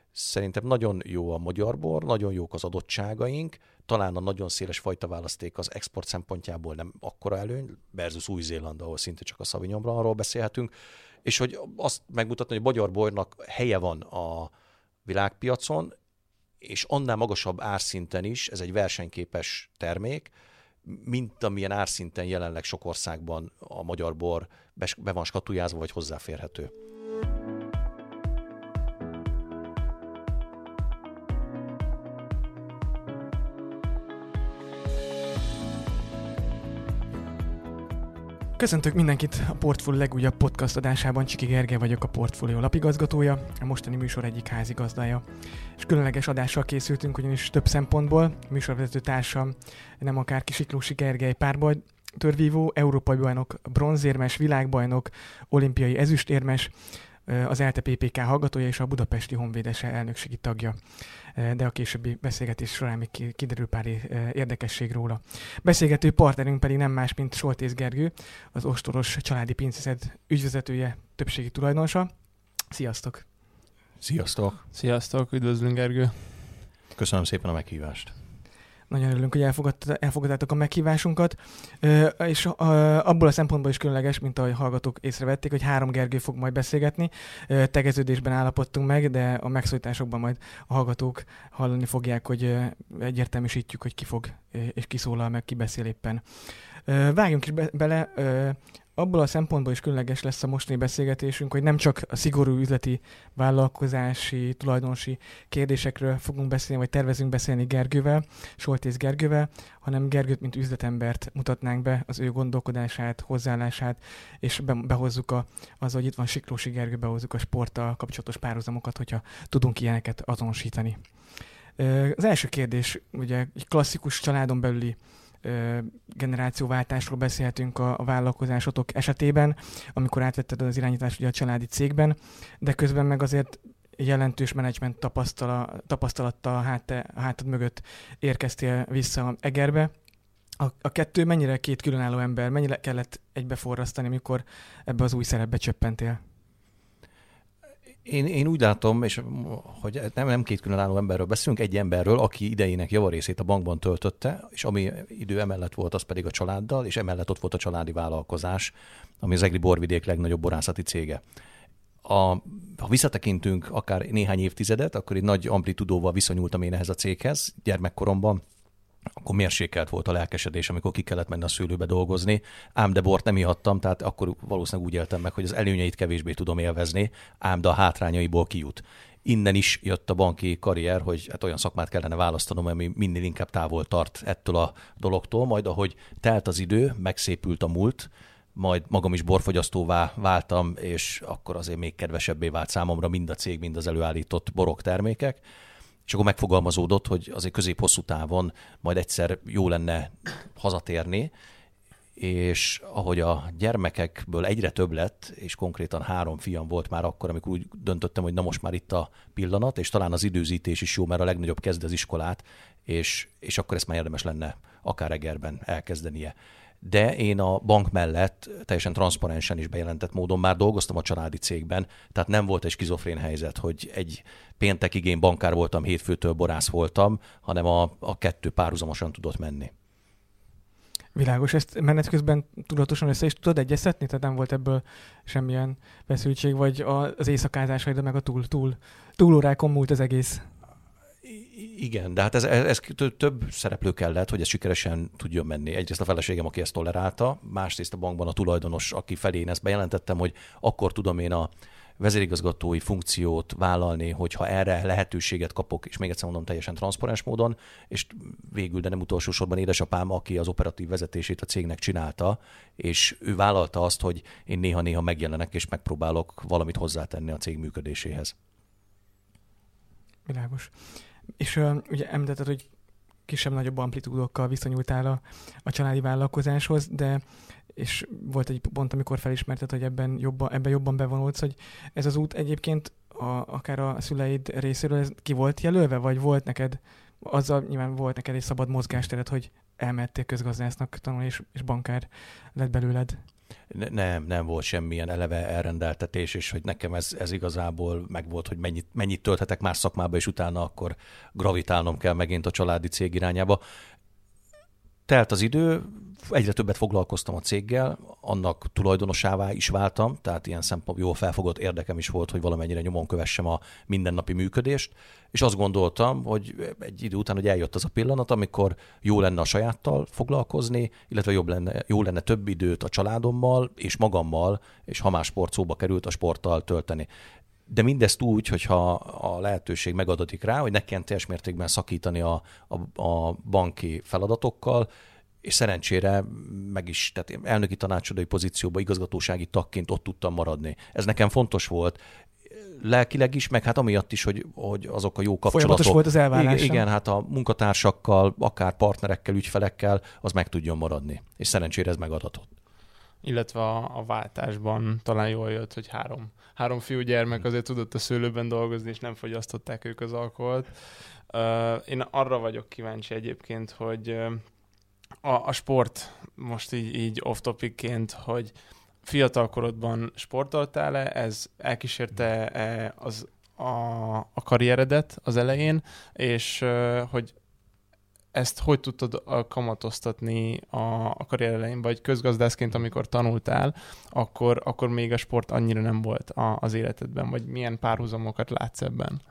Szerintem nagyon jó a magyar bor, nagyon jók az adottságaink, talán a nagyon széles fajtaválaszték az export szempontjából nem akkora előny, versus Új-Zéland, ahol szinte csak a Sauvignon Blancról beszélhetünk, és hogy azt megmutatni, hogy a magyar bornak helye van a világpiacon, és annál magasabb árszinten is, ez egy versenyképes termék, mint amilyen árszinten jelenleg sok országban a magyar bor be van skatujázva, vagy hozzáférhető. Köszöntök mindenkit a Portfolio legújabb podcast adásában. Csiki Gergely vagyok, a Portfolio lapigazgatója, a mostani műsor egyik házigazdája. És különleges adással készültünk, ugyanis több szempontból. Műsorvezető társam nem akárki, Siklósi Gergely, párbajtörvívó, európai bajnok, bronzérmes, világbajnok, olimpiai ezüstérmes, az ELTE PPK hallgatója és a Budapesti Honvédese elnökségi tagja. De a későbbi beszélgetés során még kiderül pár érdekesség róla. Beszélgető partnerünk pedig nem más, mint Soltész Gergő, az Ostoros Családi Pincészet ügyvezetője, többségi tulajdonosa. Sziasztok! Sziasztok! Sziasztok, üdvözlünk Gergő! Köszönöm szépen a meghívást! Nagyon örülünk, hogy elfogadtátok a meghívásunkat, és abból a szempontból is különleges, mint ahogy hallgatók észrevették, hogy 3 Gergő fog majd beszélgetni. Tegeződésben állapodtunk meg, de a megszólításokban majd a hallgatók hallani fogják, hogy egyértelműsítjük, hogy ki fog és ki szólal meg, ki beszél éppen. Vágjunk is bele. Abból a szempontból is különleges lesz a mostani beszélgetésünk, hogy nem csak a szigorú üzleti, vállalkozási, tulajdonosi kérdésekről fogunk beszélni, vagy tervezünk beszélni Gergővel, Soltész Gergővel, hanem Gergőt, mint üzletembert mutatnánk be, az ő gondolkodását, hozzáállását, és behozzuk hogy itt van Siklósi Gergő, behozzuk a sporttal kapcsolatos párhuzamokat, hogyha tudunk ilyeneket azonosítani. Az első kérdés, ugye egy klasszikus családon belüli generációváltásról beszélhetünk a vállalkozásotok esetében, amikor átvetted az irányítást ugye a családi cégben, de közben meg azért jelentős menedzsment tapasztalattal a hátad mögött érkeztél vissza Egerbe. A kettő mennyire két különálló ember, mennyire kellett egybeforrasztani, amikor ebbe az új szerepbe csöppentél? Én úgy látom, és hogy nem két különálló emberről beszélünk, egy emberről, aki idejének javarészét a bankban töltötte, és ami idő emellett volt, az pedig a családdal, és emellett ott volt a családi vállalkozás, ami az egri borvidék legnagyobb borászati cége. Ha visszatekintünk akár néhány évtizedet, akkor egy nagy amplitudóval viszonyultam én ehhez a céghez gyermekkoromban, akkor mérsékelt volt a lelkesedés, amikor ki kellett menni a szőlőbe dolgozni, ám de bort nem ihattam, tehát akkor valószínűleg úgy éltem meg, hogy az előnyeit kevésbé tudom élvezni, ám de a hátrányaiból kijut. Innen is jött a banki karrier, hogy hát olyan szakmát kellene választanom, ami minél inkább távol tart ettől a dologtól, majd ahogy telt az idő, megszépült a múlt, majd magam is borfogyasztóvá váltam, és akkor azért még kedvesebbé vált számomra mind a cég, mind az előállított borok, termékek. És akkor megfogalmazódott, hogy azért közép-hosszú távon majd egyszer jó lenne hazatérni, és ahogy a gyermekekből egyre több lett, és konkrétan 3 fiam volt már akkor, amikor úgy döntöttem, hogy na most már itt a pillanat, és talán az időzítés is jó, mert a legnagyobb kezd az iskolát, és akkor ezt már érdemes lenne akár Egerben elkezdenie. De én a bank mellett teljesen transzparensen is bejelentett módon már dolgoztam a családi cégben, tehát nem volt egy skizofrén helyzet, hogy egy péntekig én bankár voltam, hétfőtől borász voltam, hanem a kettő párhuzamosan tudott menni. Világos, ezt menet közben tudatosan össze is tudod egyeztetni? Tehát nem volt ebből semmilyen feszültség, vagy az éjszakázásaid, meg a túlórákon múlt az egész? Igen, de hát ez több szereplő kellett, hogy ez sikeresen tudjon menni. Egyrészt a feleségem, aki ezt tolerálta, másrészt a bankban a tulajdonos, aki felé én ezt bejelentettem, hogy akkor tudom én a vezérigazgatói funkciót vállalni, hogyha erre lehetőséget kapok, és még egyszer mondom, teljesen transzparens módon, és végül, de nem utolsó sorban édesapám, aki az operatív vezetését a cégnek csinálta, és ő vállalta azt, hogy én néha-néha megjelenek, és megpróbálok valamit hozzátenni a cég működéséhez. Világos. És ugye említetted, hogy kisebb-nagyobb amplitúdokkal viszonyultál a családi vállalkozáshoz, és volt egy pont, amikor felismerted, hogy ebben jobban bevonulsz, hogy ez az út egyébként akár a szüleid részéről ez ki volt jelölve, vagy volt neked azzal nyilván volt neked egy szabad mozgástéred, hogy elmehettél közgazdásznak tanulni, és bankár lett belőled. Nem volt semmilyen eleve elrendeltetés, és hogy nekem ez igazából megvolt, hogy mennyit tölthetek más szakmába, és utána akkor gravitálnom kell megint a családi cég irányába. Telt az idő, egyre többet foglalkoztam a céggel, annak tulajdonosává is váltam, tehát ilyen szempontból jól felfogott érdekem is volt, hogy valamennyire nyomon kövessem a mindennapi működést, és azt gondoltam, hogy egy idő után, hogy eljött az a pillanat, amikor jó lenne a sajáttal foglalkozni, illetve jó lenne több időt a családommal és magammal, és ha más sport szóba került, a sporttal tölteni. De mindezt úgy, hogyha a lehetőség megadatik rá, hogy ne kelljen teljes mértékben szakítani a banki feladatokkal, és szerencsére meg is, tehát elnöki tanácsadói pozícióban igazgatósági tagként ott tudtam maradni. Ez nekem fontos volt, lelkileg is, meg hát amiatt is, hogy azok a jó kapcsolatok. Folyamatos volt az elválás. Igen, hát a munkatársakkal, akár partnerekkel, ügyfelekkel, az meg tudjon maradni. És szerencsére ez megadatott. Illetve a váltásban talán jól jött, hogy három fiúgyermek azért tudott a szőlőben dolgozni, és nem fogyasztották ők az alkoholt. Én arra vagyok kíváncsi egyébként, hogy a sport most így off-topicként, hogy fiatalkorodban sportoltál-e, ez elkísérte a karrieredet az elején, és hogy ezt hogy tudtad kamatoztatni a karrier elején, vagy közgazdászként, amikor tanultál, akkor még a sport annyira nem volt az életedben, vagy milyen párhuzamokat látsz ebben?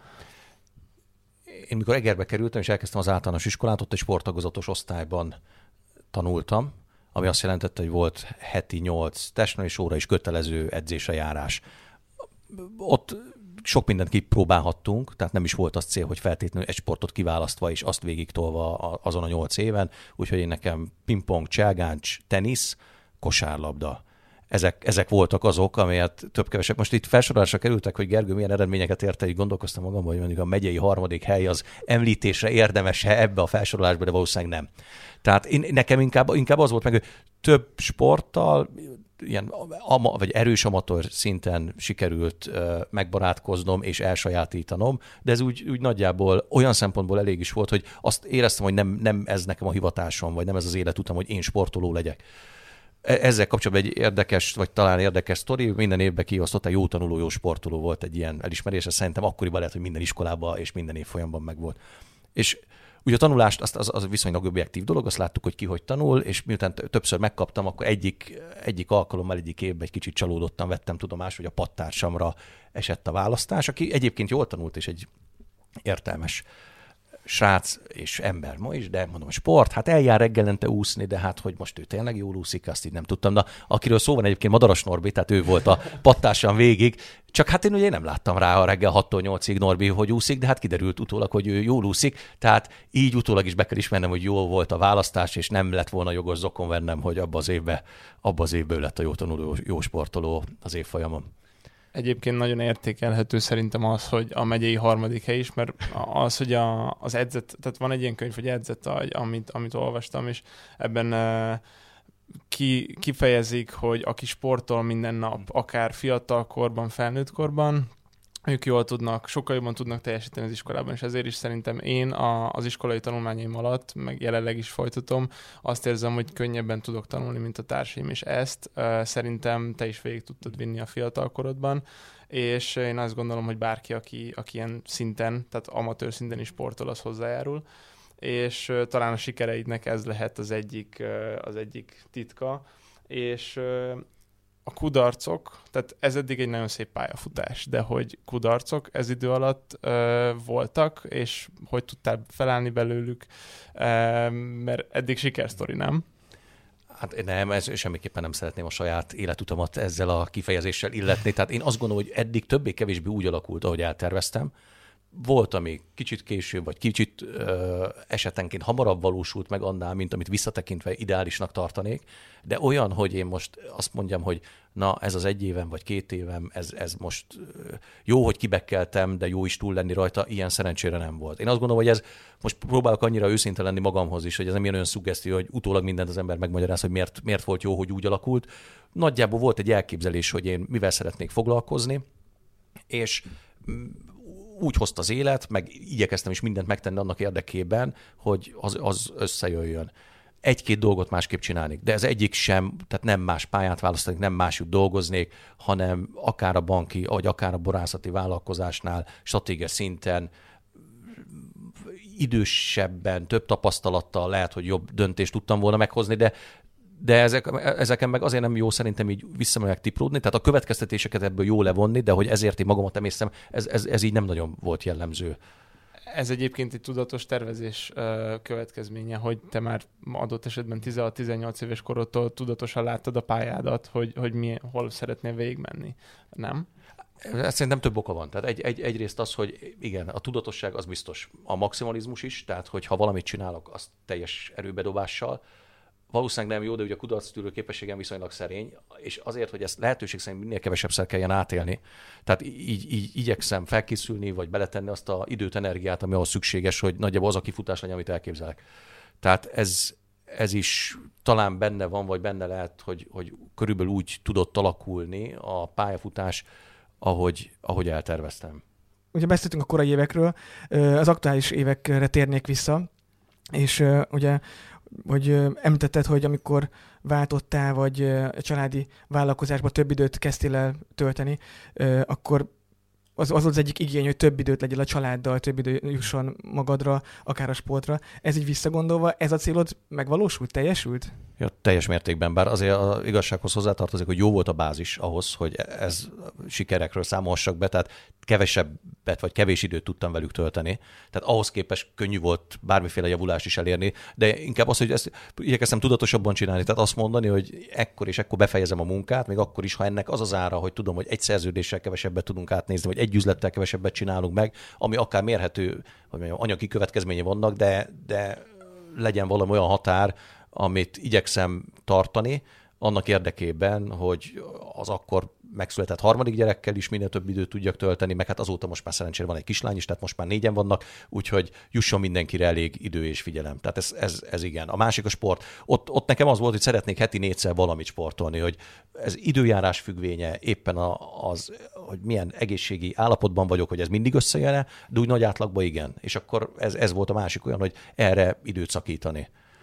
Én mikor Egerbe kerültem, és elkezdtem az általános iskolát, ott egy sporttagozatos osztályban tanultam, ami azt jelentette, hogy volt heti 8 testnevelés óra és kötelező edzésre járás. Ott sok mindent kipróbálhattunk, tehát nem is volt az cél, hogy feltétlenül egy sportot kiválasztva és azt végigtolva azon a 8 éven, úgyhogy én nekem pingpong, cselgáncs, tenisz, kosárlabda. Ezek voltak azok, amelyet több-kevesebb. Most itt felsorolásra kerültek, hogy Gergő milyen eredményeket érte, így gondolkoztam magamban, hogy mondjuk a megyei 3. hely az említésre érdemes-e ebbe a felsorolásba, de valószínűleg nem. Tehát nekem inkább az volt meg, hogy több sporttal, ilyen vagy erős amatőr szinten sikerült megbarátkoznom és elsajátítanom, de ez úgy nagyjából olyan szempontból elég is volt, hogy azt éreztem, hogy nem ez nekem a hivatásom, vagy nem ez az életutam, hogy én sportoló legyek. Ezzel kapcsolatban egy érdekes, vagy talán érdekes sztori, minden évben kiosztott, egy jó tanuló, jó sportoló volt egy ilyen elismerés, ez szerintem akkoriban lehet, hogy minden iskolában és minden évfolyamban megvolt. És ugye a tanulást, az viszonylag objektív dolog, azt láttuk, hogy ki hogy tanul, és miután többször megkaptam, akkor egyik alkalommal, egyik évben egy kicsit csalódottan vettem tudomást, hogy a pattársamra esett a választás, aki egyébként jól tanult, és egy értelmes srác és ember ma is, de mondom, sport, hát eljár reggelente úszni, de hát, hogy most ő tényleg jól úszik, azt így nem tudtam. De akiről szó van egyébként Madaras Norbi, tehát ő volt a pattársam végig, csak hát én ugye nem láttam rá a reggel 6-tól 8-ig Norbi, hogy úszik, de hát kiderült utólag, hogy ő jól úszik, tehát így utólag is be kell ismernem, hogy jól volt a választás, és nem lett volna jogos zokon vennem, hogy abba az évben lett a jó tanuló, jó sportoló az évfolyamon. Egyébként nagyon értékelhető szerintem az, hogy a megyei 3. hely is, mert az, hogy az edzett, tehát van egy ilyen könyv, hogy edzett agy, amit olvastam, és ebben kifejezik, hogy aki sportol minden nap, akár fiatal korban, felnőtt korban, ők sokkal jobban tudnak teljesíteni az iskolában, és ezért is szerintem én az iskolai tanulmányaim alatt, meg jelenleg is folytatom, azt érzem, hogy könnyebben tudok tanulni, mint a társaim, és ezt szerintem te is végig tudtad vinni a fiatalkorodban, és én azt gondolom, hogy bárki, aki ilyen szinten, tehát amatőr szinten is sportol, az hozzájárul, és talán a sikereidnek ez lehet az egyik titka, és a kudarcok, tehát ez eddig egy nagyon szép pályafutás, de hogy kudarcok ez idő alatt voltak, és hogy tudtál felállni belőlük, mert eddig sikersztori, nem? Hát nem, ez semmiképpen nem szeretném a saját életutamat ezzel a kifejezéssel illetni. Tehát én azt gondolom, hogy eddig többé-kevésbé úgy alakult, ahogy elterveztem. Volt, ami kicsit később, vagy kicsit esetenként hamarabb valósult meg annál, mint amit visszatekintve ideálisnak tartanék, de olyan, hogy én most azt mondjam, hogy na, ez az 1 évem, vagy 2 évem, ez most jó, hogy kibekkeltem, de jó is túl lenni rajta, ilyen szerencsére nem volt. Én azt gondolom, hogy ez, most próbálok annyira őszinte lenni magamhoz is, hogy ez nem ilyen olyan szuggesztió, hogy utólag mindent az ember megmagyaráz, hogy miért volt jó, hogy úgy alakult. Nagyjából volt egy elképzelés, hogy én mivel szeretnék foglalkozni, és úgy hozta az élet, meg igyekeztem is mindent megtenni annak érdekében, hogy az összejöjjön. Egy-két dolgot másképp csinálnék, de ez egyik sem, tehát nem más pályát választanék, nem máshogy dolgoznék, hanem akár a banki, vagy akár a borászati vállalkozásnál, stratégia szinten, idősebben, több tapasztalattal lehet, hogy jobb döntést tudtam volna meghozni, de ezeken meg azért nem jó szerintem így visszamegyek tipródni, tehát a következtetéseket ebből jó levonni, de hogy ezért én magamat emésztem, ez így nem nagyon volt jellemző. Ez egyébként egy tudatos tervezés következménye, hogy te már adott esetben 16-18 éves korodtól tudatosan láttad a pályádat, hogy hol szeretnél végigmenni, nem? Ezt szerintem több oka van. Tehát egyrészt az, hogy igen, a tudatosság az biztos. A maximalizmus is, tehát hogyha valamit csinálok, azt teljes erőbedobással, valószínűleg nem jó, de ugye a kudarctűrő képességem viszonylag szerény, és azért, hogy ezt lehetőség szerint minél kevesebbszer kelljen átélni, tehát így igyekszem felkészülni, vagy beletenni azt az időt, energiát, ami ahhoz szükséges, hogy nagyjából az a kifutás legyen, amit elképzelek. Tehát ez is talán benne van, vagy benne lehet, hogy körülbelül úgy tudott alakulni a pályafutás, ahogy elterveztem. Ugye beszéltünk a korai évekről, az aktuális évekre térnék vissza, és ugye hogy említetted, hogy amikor váltottál, vagy a családi vállalkozásban több időt kezdtél el tölteni, akkor az volt az egyik igény, hogy több időt legyél a családdal, több idő jusson magadra, akár a sportra. Ez így visszagondolva, ez a célod megvalósult, teljesült? Ja, teljes mértékben, bár azért az igazsághoz hozzátartozik, hogy jó volt a bázis ahhoz, hogy ez sikerekről számolhassak be, tehát kevesebbet vagy kevés időt tudtam velük tölteni. Tehát ahhoz képest könnyű volt bármiféle javulást is elérni, de inkább az, hogy ezt igyekeztem tudatosabban csinálni, tehát azt mondani, hogy ekkor és ekkor befejezem a munkát, még akkor is, ha ennek az az ára, hogy tudom, hogy egy szerződéssel kevesebbet tudunk átnézni, vagy egy üzlettel kevesebbet csinálunk meg, ami akár mérhető, hogy mondjam, anyagi következménye vannak, de legyen valami olyan határ, amit igyekszem tartani, annak érdekében, hogy az akkor megszületett harmadik gyerekkel is minél több időt tudjak tölteni, meg hát azóta most már szerencsére van egy kislány is, tehát most már 4-en vannak, úgyhogy jusson mindenkire elég idő és figyelem. Tehát ez igen. A másik a sport. Ott nekem az volt, hogy szeretnék heti 4-szer valamit sportolni, hogy ez időjárás függvénye, éppen az, hogy milyen egészségi állapotban vagyok, hogy ez mindig összejön, de úgy nagy átlagban igen. És akkor ez volt a másik olyan, hogy erre időt szakítani.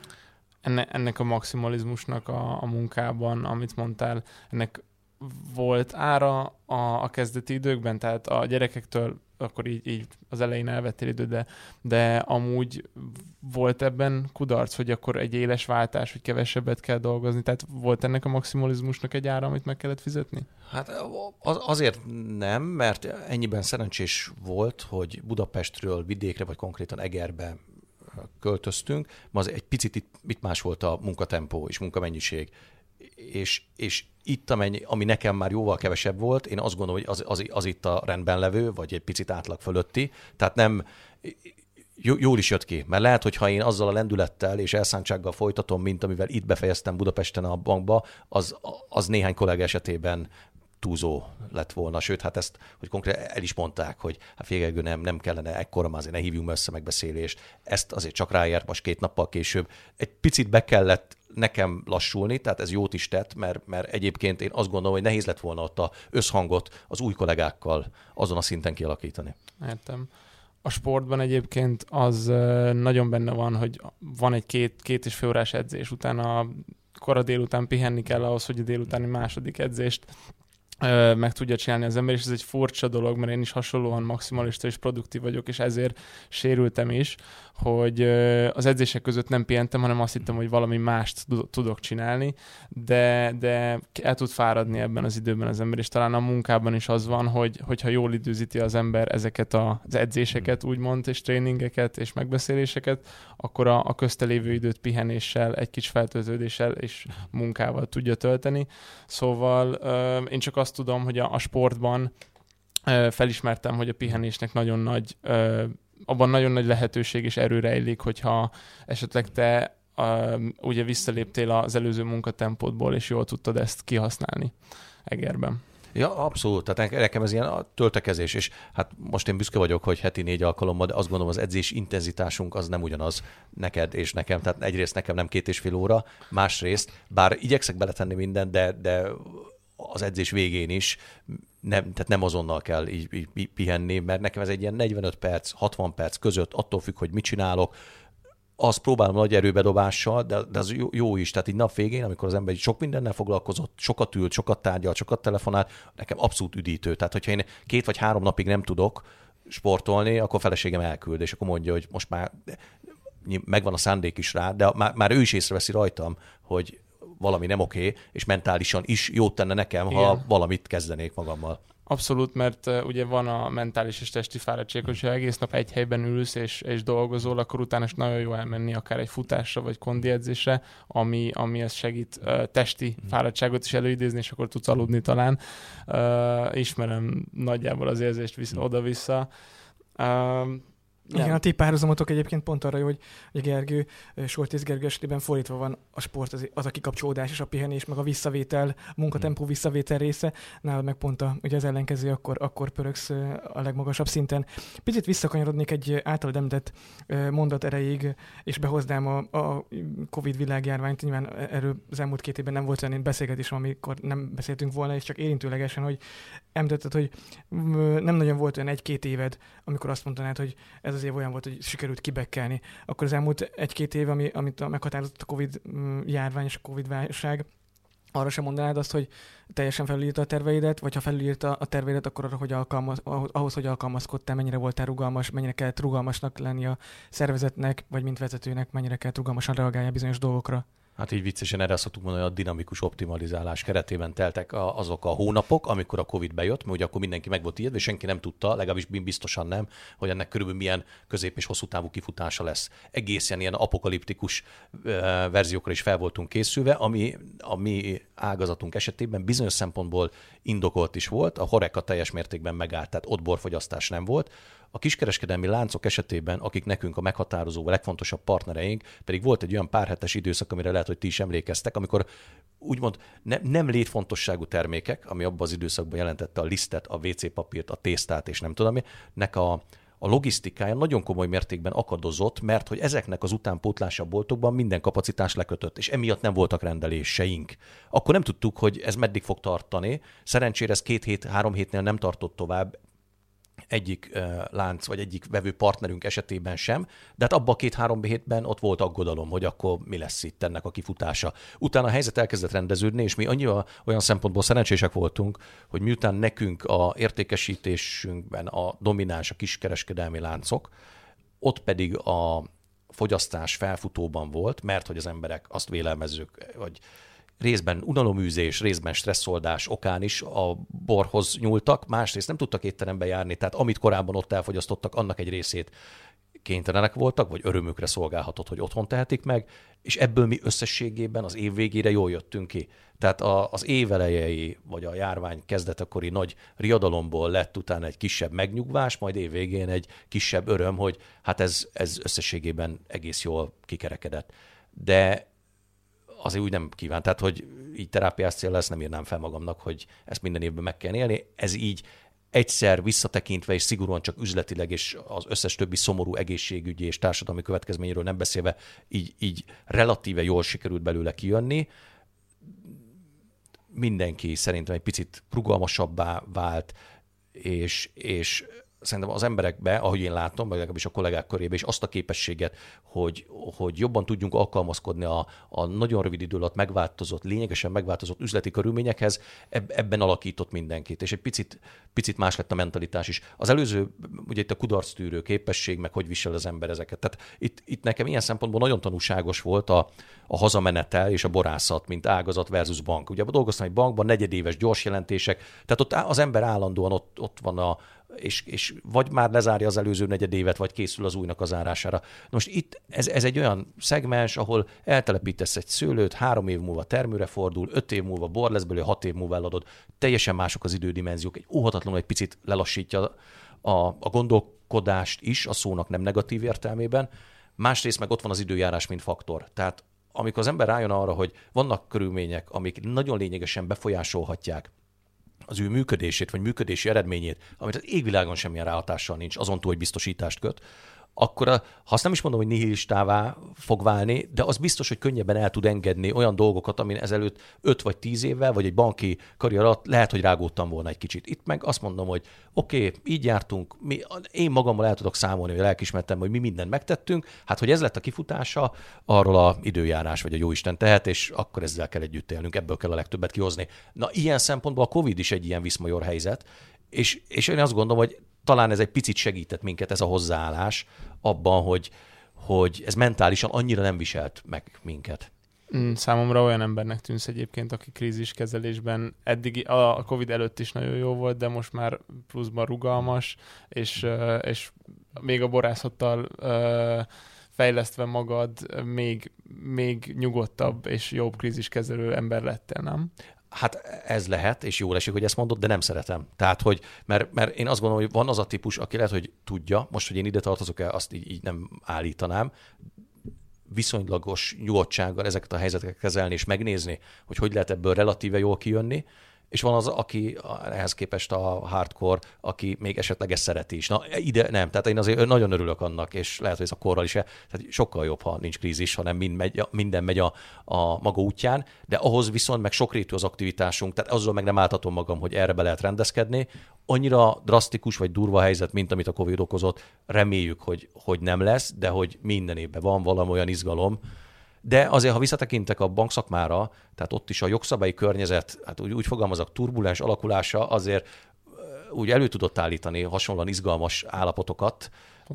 Ennek a maximalizmusnak a munkában, amit mondtál, ennek volt ára a kezdeti időkben, tehát a gyerekektől akkor így az elején elvettél időt, de amúgy volt ebben kudarc, hogy akkor egy éles váltás, hogy kevesebbet kell dolgozni, tehát volt ennek a maximalizmusnak egy ára, amit meg kellett fizetni? Hát azért nem, mert ennyiben szerencsés volt, hogy Budapestről vidékre, vagy konkrétan Egerbe költöztünk, ma az egy picit itt más volt a munkatempó és munkamennyiség. És itt, ami nekem már jóval kevesebb volt, én azt gondolom, hogy az itt a rendben levő, vagy egy picit átlag fölötti. Tehát nem jól is jött ki, mert lehet, hogy ha én azzal a lendülettel és elszántsággal folytatom, mint amivel itt befejeztem Budapesten a bankba, az néhány kollega esetében túlzó lett volna. Sőt, hát ezt, hogy konkrétan el is mondták, hogy hát Fégergő nem kellene ekkora, már azért ne hívjunk össze megbeszélést. Ezt azért csak ráért most 2 nappal később. Egy picit be kellett nekem lassulni, tehát ez jót is tett, mert egyébként én azt gondolom, hogy nehéz lett volna ott az összhangot az új kollégákkal azon a szinten kialakítani. Értem. A sportban egyébként az nagyon benne van, hogy van egy 2,5 órás edzés, utána kora délután pihenni kell ahhoz, hogy a délutáni második edzést meg tudja csinálni az ember, és ez egy furcsa dolog, mert én is hasonlóan maximalista és produktív vagyok, és ezért sérültem is, hogy az edzések között nem pihentem, hanem azt hittem, hogy valami mást tudok csinálni, de el tud fáradni ebben az időben az ember, és talán a munkában is az van, hogyha jól időzíti az ember ezeket az edzéseket, úgymond, és tréningeket, és megbeszéléseket, akkor a köztelévő időt pihenéssel, egy kis feltöltődéssel és munkával tudja tölteni. Szóval én csak azt tudom, hogy a sportban felismertem, hogy a pihenésnek nagyon nagy abban nagyon nagy lehetőség és erő rejlik, hogyha esetleg te ugye visszaléptél az előző munkatempódból, és jól tudtad ezt kihasználni Egerben. Ja, abszolút. Tehát nekem ez ilyen a töltekezés, és hát most én büszke vagyok, hogy heti 4 alkalommal, de azt gondolom, az edzés intenzitásunk az nem ugyanaz neked és nekem. Tehát egyrészt nekem nem 2,5 óra, másrészt, bár igyekszek beletenni mindent, de az edzés végén is, tehát nem azonnal kell így pihenni, mert nekem ez egy ilyen 45 perc, 60 perc között, attól függ, hogy mit csinálok, azt próbálom nagy erőbedobással, de az jó is. Tehát így nap végén, amikor az ember sok mindennel foglalkozott, sokat ült, sokat tárgyalt, sokat telefonált, nekem abszolút üdítő. Tehát, hogyha én 2 vagy 3 napig nem tudok sportolni, akkor a feleségem elküld, és akkor mondja, hogy most már megvan a szándék is rá, de már ő is észreveszi rajtam, hogy valami nem oké, és mentálisan is jót tenne nekem, igen, ha valamit kezdenék magammal. Abszolút, mert ugye van a mentális és testi fáradtság, hogyha egész nap egy helyben ülsz és dolgozol, akkor utána is nagyon jó elmenni akár egy futásra vagy kondiedzésre, ami ezt segít testi fáradtságot is előidézni, és akkor tudsz aludni talán. Ismerem nagyjából az érzést oda-vissza. Igen, a ti párhuzamotok egyébként pont arra jó, hogy Gergő, Soltész Gergő esetében fordítva van a sport, az a kikapcsolódás és a pihenés, meg a visszavétel, a munkatempó visszavétel része, nálad meg pont ugye az ellenkező, akkor pörögsz a legmagasabb szinten. Picit visszakanyarodnék egy általad említett mondat erejéig, és behoznám a Covid világjárványt. Nyilván erről az elmúlt 2 évben nem volt olyan beszélgetés, amikor nem beszéltünk volna, és csak érintőlegesen, hogy említetted, hogy nem nagyon volt olyan 1-2 éved, amikor azt mondanád, hogy ez az év olyan volt, hogy sikerült kibekkelni. Akkor az elmúlt 1-2 év, amit meghatározott a Covid járvány és a Covid válság, arra sem mondanád azt, hogy teljesen felülírta a terveidet, vagy ha felülírta a terveidet, akkor arra, hogy ahhoz, hogy alkalmazkodtál, mennyire voltál rugalmas, mennyire kellett rugalmasnak lenni a szervezetnek, vagy mint vezetőnek, mennyire kellett rugalmasan reagálni bizonyos dolgokra? Hát így viccesen erre szoktuk mondani, hogy a dinamikus optimalizálás keretében teltek azok a hónapok, amikor a Covid bejött, mert ugye akkor mindenki meg volt ijedve, és senki nem tudta, legalábbis biztosan nem, hogy ennek körülbelül milyen közép- és hosszú távú kifutása lesz. Egészen ilyen apokaliptikus verziókra is fel voltunk készülve, ami a mi ágazatunk esetében bizonyos szempontból indokolt is volt, a HoReCa teljes mértékben megállt, tehát ott borfogyasztás nem volt. A kiskereskedelmi láncok esetében, akik nekünk a meghatározó, a legfontosabb partnereink, pedig volt egy olyan pár hetes időszak, amire lehet, hogy ti is emlékeztek, amikor úgymond nem létfontosságú termékek, ami abban az időszakban jelentette a lisztet, a WC papírt, a tésztát és nem tudom mi, nek a logisztikája nagyon komoly mértékben akadozott, mert hogy ezeknek az utánpótlása boltokban minden kapacitás lekötött, és emiatt nem voltak rendeléseink. Akkor nem tudtuk, hogy ez meddig fog tartani. Szerencsére ez 2 hét, 3 hétnél nem tartott tovább, egyik lánc vagy egyik vevő partnerünk esetében sem, de hát abban a 2-3 hétben ott volt aggodalom, hogy akkor mi lesz itt ennek a kifutása. Utána a helyzet elkezdett rendeződni, és mi annyira olyan szempontból szerencsések voltunk, hogy miután nekünk a értékesítésünkben a domináns a kiskereskedelmi láncok, ott pedig a fogyasztás felfutóban volt, mert hogy az emberek azt vélelmezzük, hogy részben unaloműzés, részben stresszoldás okán is a borhoz nyúltak, másrészt nem tudtak étterembe járni, tehát amit korábban ott elfogyasztottak, annak egy részét kénytelenek voltak, vagy örömükre szolgálhatott, hogy otthon tehetik meg, és ebből mi összességében az év végére jól jöttünk ki. Tehát az év elejei, vagy a járvány kezdetekori nagy riadalomból lett utána egy kisebb megnyugvás, majd év végén egy kisebb öröm, hogy hát ez összességében egész jól kikerekedett. De azért úgy nem kíván. Tehát, hogy így terápiás cél lesz, nem írnám fel magamnak, hogy ezt minden évben meg kell élni. Ez így egyszer visszatekintve, és szigorúan csak üzletileg, és az összes többi szomorú egészségügyi és társadalmi következményről nem beszélve, így relatíve jól sikerült belőle kijönni. Mindenki szerintem egy picit rugalmasabbá vált, és szerintem az emberekbe, ahogy én látom, vagy legalábbis a kollégák körébe is azt a képességet, hogy jobban tudjunk alkalmazkodni a nagyon rövid idő alatt lényegesen megváltozott üzleti körülményekhez, ebben alakított mindenkit, és egy picit más lett a mentalitás is. Az előző, ugye itt a kudarctűrő képesség, meg hogy visel az ember ezeket. Tehát itt nekem ilyen szempontból nagyon tanúságos volt a hazamenetel és a borászat, mint ágazat versus bank. Ugye dolgoztam egy bankban, negyedéves gyors jelentések, tehát ott az ember állandóan ott van és vagy már lezárja az előző negyedévet, vagy készül az újnak a zárására. Most itt ez egy olyan szegmens, ahol eltelepítesz egy szőlőt, 3 év múlva termőre fordul, 5 év múlva bor lesz belőle, 6 év múlva eladod. Teljesen mások az idődimenziók. Óhatatlanul egy picit lelassítja a gondolkodást is, a szónak nem negatív értelmében. Másrészt meg ott van az időjárás, mint faktor. Tehát amikor az ember rájön arra, hogy vannak körülmények, amik nagyon lényegesen befolyásolhatják az ő működését, vagy működési eredményét, amit az égvilágon semmilyen ráhatással nincs, azon túl, hogy biztosítást köt, akkor azt nem is mondom, hogy nihilistává fog válni, de az biztos, hogy könnyebben el tud engedni olyan dolgokat, amin ezelőtt 5 vagy 10 évvel, vagy egy banki karrier alatt lehet, hogy rágódtam volna egy kicsit. Itt meg azt mondom, hogy oké, így jártunk, én magammal el tudok számolni, hogy lelkismertem, hogy mi mindent megtettünk, hát hogy ez lett a kifutása, arról a időjárás vagy a jóisten tehet, és akkor ezzel kell együtt élnünk, ebből kell a legtöbbet kihozni. Na, ilyen szempontból a Covid is egy ilyen viszmajor helyzet, és én azt gondolom, hogy talán ez egy picit segített minket, ez a hozzáállás abban, hogy ez mentálisan annyira nem viselt meg minket. Számomra olyan embernek tűnsz egyébként, aki kríziskezelésben eddig a Covid előtt is nagyon jó volt, de most már pluszban rugalmas, és még a borászattal fejlesztve magad még nyugodtabb és jobb kríziskezelő ember lettél, nem? Hát ez lehet, és jól esik, hogy ezt mondod, de nem szeretem. Tehát, hogy, mert én azt gondolom, hogy van az a típus, aki lehet, hogy tudja, most, hogy én ide tartozok-e, azt így nem állítanám, viszonylagos nyugodtsággal ezeket a helyzeteket kezelni, és megnézni, hogy lehet ebből relatíve jól kijönni, és van az, aki ehhez képest a hardcore, aki még esetleg ezt szereti is. Na, ide nem. Tehát én azért nagyon örülök annak, és lehet, hogy ez a korral is. Tehát sokkal jobb, ha nincs krízis, hanem minden megy a maga útján, de ahhoz viszont meg sokrétű az aktivitásunk, tehát azzal meg nem álltatom magam, hogy erre be lehet rendezkedni. Annyira drasztikus vagy durva helyzet, mint amit a Covid okozott, reméljük, hogy nem lesz, de hogy minden évben van valami olyan izgalom. De azért, ha visszatekintek a bankszakmára, tehát ott is a jogszabályi környezet, hát úgy fogalmazok, turbulens alakulása azért úgy elő tudott állítani hasonlóan izgalmas állapotokat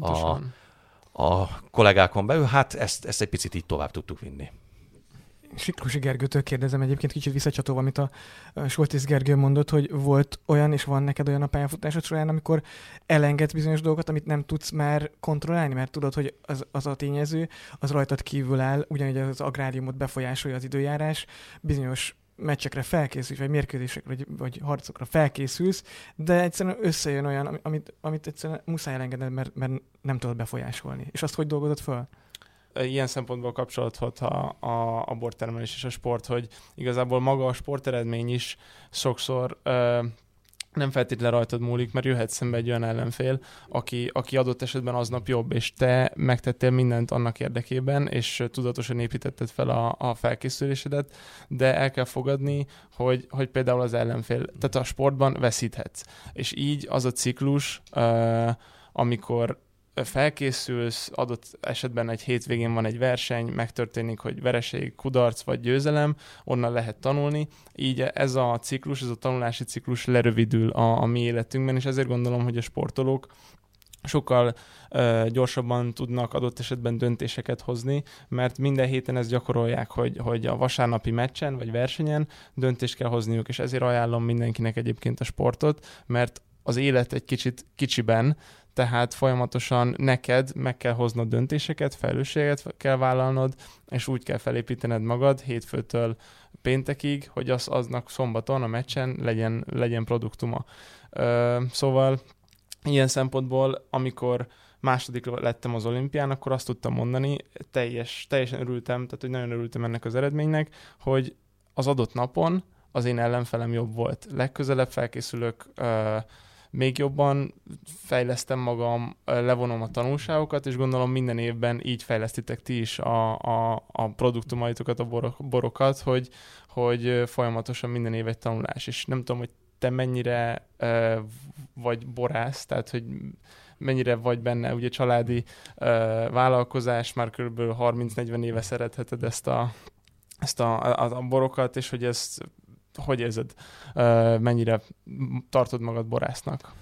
a kollégákon belül. Hát ezt egy picit így tovább tudtuk vinni. Siklusi Gergőtől kérdezem egyébként kicsit visszacsatolva, amit a Soltész Gergő mondott, hogy volt olyan, és van neked olyan a pályafutásod során, amikor elengedsz bizonyos dolgokat, amit nem tudsz már kontrollálni, mert tudod, hogy az a tényező, az rajtad kívül áll, ugyanígy az agráriumot befolyásolja az időjárás, bizonyos meccsekre felkészülsz, vagy mérkőzésekre, vagy harcokra felkészülsz, de egyszerűen összejön olyan, amit egyszerűen muszáj elengedned, mert nem tudod befolyásolni. És azt hogy dolgozod föl? Ilyen szempontból kapcsolódhat a bortermelés és a sport, hogy igazából maga a sporteredmény is sokszor nem feltétlenül rajtad múlik, mert jöhet szembe egy olyan ellenfél, aki adott esetben aznap jobb, és te megtettél mindent annak érdekében, és tudatosan építetted fel a felkészülésedet, de el kell fogadni, hogy például az ellenfél, tehát a sportban veszíthetsz. És így az a ciklus, amikor felkészülsz, adott esetben egy hétvégén van egy verseny, megtörténik, hogy vereség, kudarc vagy győzelem, onnan lehet tanulni. Így ez a ciklus, ez a tanulási ciklus lerövidül a mi életünkben, és ezért gondolom, hogy a sportolók sokkal gyorsabban tudnak adott esetben döntéseket hozni, mert minden héten ezt gyakorolják, hogy a vasárnapi meccsen vagy versenyen döntést kell hozniuk, és ezért ajánlom mindenkinek egyébként a sportot, mert az élet egy kicsit kicsiben, tehát folyamatosan neked meg kell hoznod döntéseket, felelősséget kell vállalnod, és úgy kell felépítened magad hétfőtől péntekig, hogy aznak szombaton a meccsen legyen produktuma. Szóval ilyen szempontból, amikor második lettem az olimpián, akkor azt tudtam mondani, teljesen örültem, tehát hogy nagyon örültem ennek az eredménynek, hogy az adott napon az én ellenfelem jobb volt. Legközelebb felkészülök, még jobban fejlesztem magam, levonom a tanulságokat, és gondolom minden évben így fejlesztitek ti is a produktumaitokat, a borokat, hogy folyamatosan minden év egy tanulás. És nem tudom, hogy te mennyire vagy borász, tehát hogy mennyire vagy benne, ugye családi vállalkozás, már kb. 30-40 éve szeretheted ezt a borokat, és hogy ezt hogy érzed, mennyire tartod magad borásznak?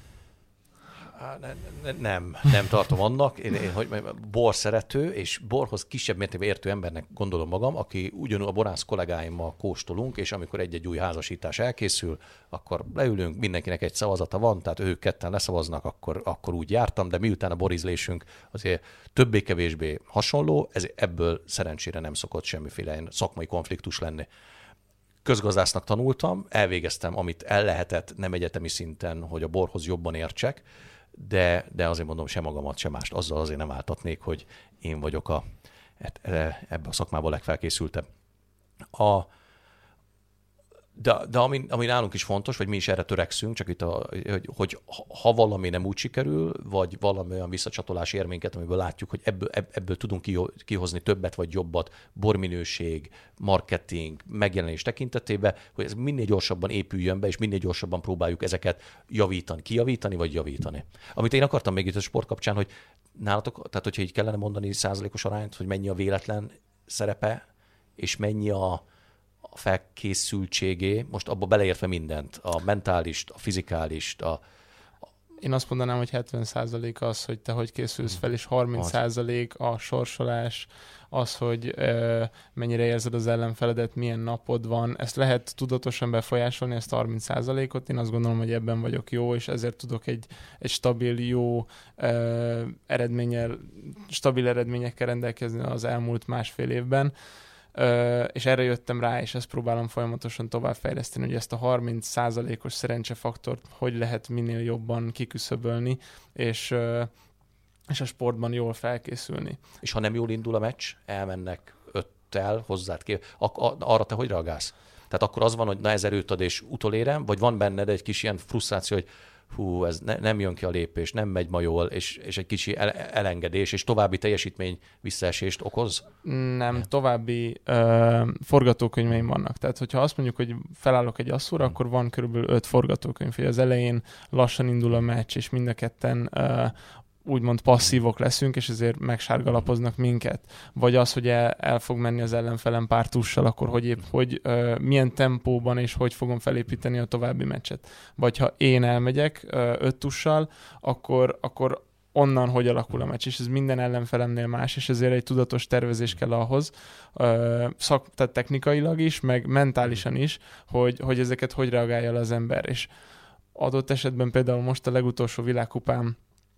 Nem tartom annak. Én bor szerető, és borhoz kisebb mértékben értő embernek gondolom magam, aki ugyanúgy a borász kollégáimmal kóstolunk, és amikor egy-egy új házasítás elkészül, akkor leülünk, mindenkinek egy szavazata van, tehát ők ketten leszavaznak, akkor úgy jártam, de miután a borízlésünk azért többé-kevésbé hasonló, ebből szerencsére nem szokott semmiféle szakmai konfliktus lenni. Közgazdásznak tanultam, elvégeztem, amit el lehetett, nem egyetemi szinten, hogy a borhoz jobban értsek, de azért mondom, sem magamat, sem mást. Azzal azért nem áltatnék, hogy én vagyok ebben a szakmában legfelkészültebb. De ami nálunk is fontos, vagy mi is erre törekszünk, csak itt, hogy ha valami nem úgy sikerül, vagy valami olyan visszacsatolási érménket, amiből látjuk, hogy ebből tudunk kihozni többet vagy jobbat, borminőség, marketing, megjelenés tekintetében, hogy ez minél gyorsabban épüljön be, és minél gyorsabban próbáljuk ezeket kijavítani, vagy javítani. Amit én akartam még itt a sport kapcsán, hogy nálatok, tehát hogyha így kellene mondani százalékos arányt, hogy mennyi a véletlen szerepe, és mennyi a felkészültségé, most abba beleértve mindent, a mentálist, a fizikálist, Én azt mondanám, hogy 70% az, hogy te hogy készülsz fel, és 30% a sorsolás, az, hogy mennyire érzed az ellenfeledet, milyen napod van. Ezt lehet tudatosan befolyásolni, ezt a 30%-ot. Én azt gondolom, hogy ebben vagyok jó, és ezért tudok egy stabil, jó stabil eredményekkel rendelkezni az elmúlt másfél évben. És erre jöttem rá, és ezt próbálom folyamatosan továbbfejleszteni, hogy ezt a 30%-os szerencsefaktort hogy lehet minél jobban kiküszöbölni, és a sportban jól felkészülni. És ha nem jól indul a meccs, elmennek 5-tel hozzád ki, arra te hogy reagálsz? Tehát akkor az van, hogy na ez erőt ad és utolérem, vagy van benned egy kis ilyen frusztráció, hogy hú, ez nem jön ki a lépés, nem megy ma jól, és egy kicsi elengedés, és további teljesítmény visszaesést okoz? Nem, további forgatókönyveim vannak. Tehát, hogyha azt mondjuk, hogy felállok egy asszúra, akkor van körülbelül 5 forgatókönyv, hogy az elején lassan indul a meccs, és mind a ketten úgymond passzívok leszünk, és ezért megsárgalapoznak minket. Vagy az, hogy el fog menni az ellenfelem pár tussal, akkor milyen tempóban és hogy fogom felépíteni a további meccset. Vagy ha én elmegyek 5 tussal, akkor onnan hogy alakul a meccs, és ez minden ellenfelemnél más, és ezért egy tudatos tervezés kell ahhoz, tehát technikailag is, meg mentálisan is, hogy ezeket hogy reagálja az ember. És adott esetben például most a legutolsó világkupám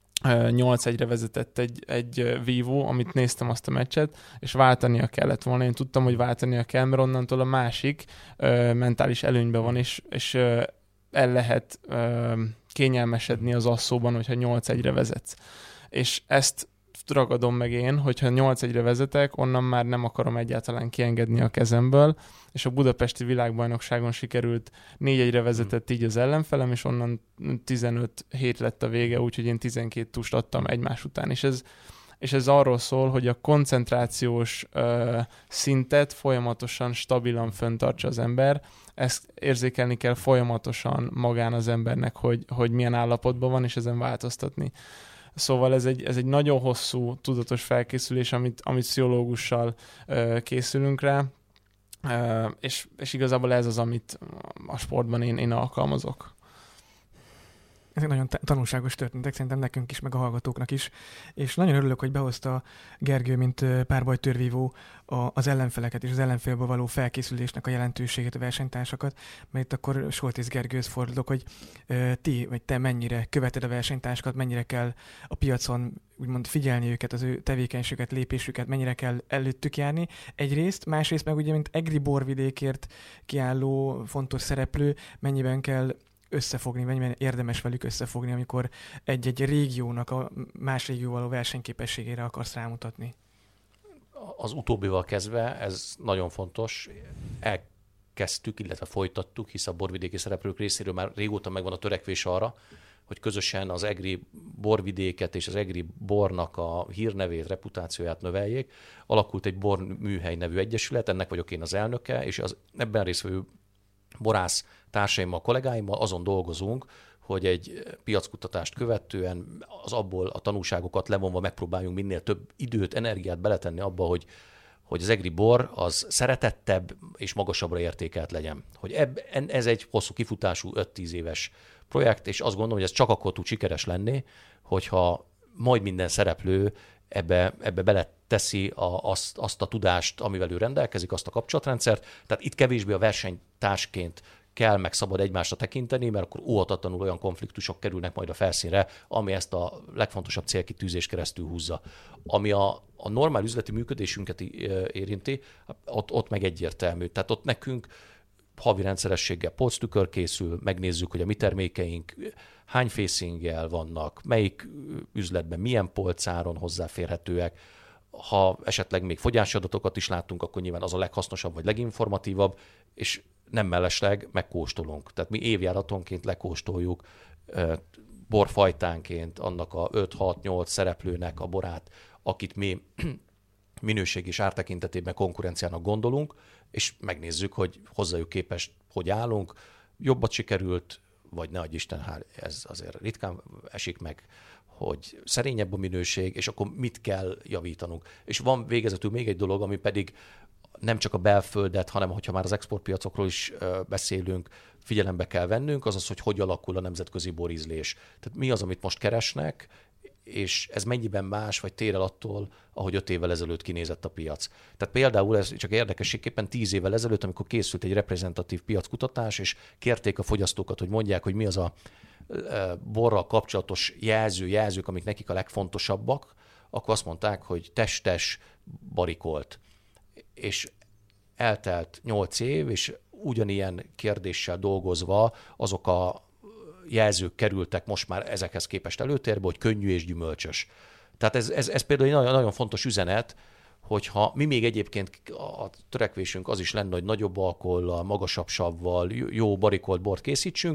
8-1-re vezetett egy vívó, amit néztem azt a meccset, és váltania kellett volna. Én tudtam, hogy váltania kell, mert onnantól a másik mentális előnyben van, és el lehet kényelmesedni az asszóban, hogyha 8-1-re vezetsz. És ezt ragadom meg én, hogyha 8-1-re vezetek, onnan már nem akarom egyáltalán kiengedni a kezemből, és a budapesti világbajnokságon sikerült 4-1-re vezetett így az ellenfelem, és onnan 15-7 lett a vége, úgyhogy én 12 tust adtam egymás után. És ez arról szól, hogy a koncentrációs szintet folyamatosan, stabilan fenntartsa az ember. Ezt érzékelni kell folyamatosan magán az embernek, hogy milyen állapotban van, és ezen változtatni. Szóval ez egy nagyon hosszú, tudatos felkészülés, amit pszichológussal készülünk rá, és igazából ez az, amit a sportban én alkalmazok. Ezek nagyon tanulságos történetek, szerintem nekünk is, meg a hallgatóknak is. És nagyon örülök, hogy behozta Gergő, mint párbajtörvívó az ellenfeleket és az ellenfélből való felkészülésnek a jelentőségét, a versenytársakat, mert itt akkor Soltész Gergőhöz fordulok, hogy te mennyire követed a versenytársakat, mennyire kell a piacon úgymond figyelni őket, az ő tevékenységüket, lépésüket, mennyire kell előttük járni. Egyrészt, másrészt meg ugye, mint egri borvidékért kiálló fontos szereplő, mennyiben kell összefogni, mennyiben érdemes velük összefogni, amikor egy-egy régiónak a más régióval való versenyképességére akarsz rámutatni? Az utóbbival kezdve, ez nagyon fontos. Elkezdtük, illetve folytattuk, hisz a borvidéki szereplők részéről már régóta megvan a törekvés arra, hogy közösen az egri borvidéket és az egri bornak a hírnevét, reputációját növeljék. Alakult egy borműhely nevű egyesület, ennek vagyok én az elnöke, és az ebben részvevő borász társaimmal, kollégáimmal azon dolgozunk, hogy egy piackutatást követően abból a tanulságokat levonva megpróbáljunk minél több időt, energiát beletenni abba, hogy az egri bor az szeretettebb és magasabbra értékelt legyen. Hogy ez egy hosszú kifutású 5-10 éves projekt, és azt gondolom, hogy ez csak akkor tud sikeres lenni, hogyha majd minden szereplő ebbe beleteszi azt a tudást, amivel ő rendelkezik, azt a kapcsolatrendszert. Tehát itt kevésbé a versenytársként kell meg szabad egymásra tekinteni, mert akkor óhatatlanul olyan konfliktusok kerülnek majd a felszínre, ami ezt a legfontosabb célkitűzést keresztül húzza. Ami a normál üzleti működésünket érinti, ott meg egyértelmű. Tehát ott nekünk havi rendszerességgel polctükör készül, megnézzük, hogy a mi termékeink hány facinggel vannak, melyik üzletben milyen polcáron hozzáférhetőek. Ha esetleg még fogyási adatokat is láttunk, akkor nyilván az a leghasznosabb vagy leginformatívabb, és nem mellesleg megkóstolunk. Tehát mi évjáratonként lekóstoljuk borfajtánként annak a 5-6-8 szereplőnek a borát, akit mi minőség és ár tekintetében konkurenciának gondolunk, és megnézzük, hogy hozzájuk képest hogy állunk. Jobbat sikerült, vagy ne adj Isten, ez azért ritkán esik meg, hogy szerényebb a minőség, és akkor mit kell javítanunk. És van végezetül még egy dolog, ami pedig nem csak a belföldet, hanem hogyha már az exportpiacokról is beszélünk, figyelembe kell vennünk, azaz, hogy alakul a nemzetközi borízlés. Tehát mi az, amit most keresnek, és ez mennyiben más, vagy tér el attól, ahogy 5 évvel ezelőtt kinézett a piac. Tehát például ez csak érdekességképpen 10 évvel ezelőtt, amikor készült egy reprezentatív piackutatás, és kérték a fogyasztókat, hogy mondják, hogy mi az a borral kapcsolatos jelzők, amik nekik a legfontosabbak, akkor azt mondták, hogy testes, barikolt. És eltelt 8 év, és ugyanilyen kérdéssel dolgozva azok a jelzők kerültek most már ezekhez képest előtérbe, hogy könnyű és gyümölcsös. Tehát ez például egy nagyon, nagyon fontos üzenet, hogyha mi még egyébként a törekvésünk az is lenne, hogy nagyobb alkohollal, magasabb savval, jó barikolt bort készítsünk,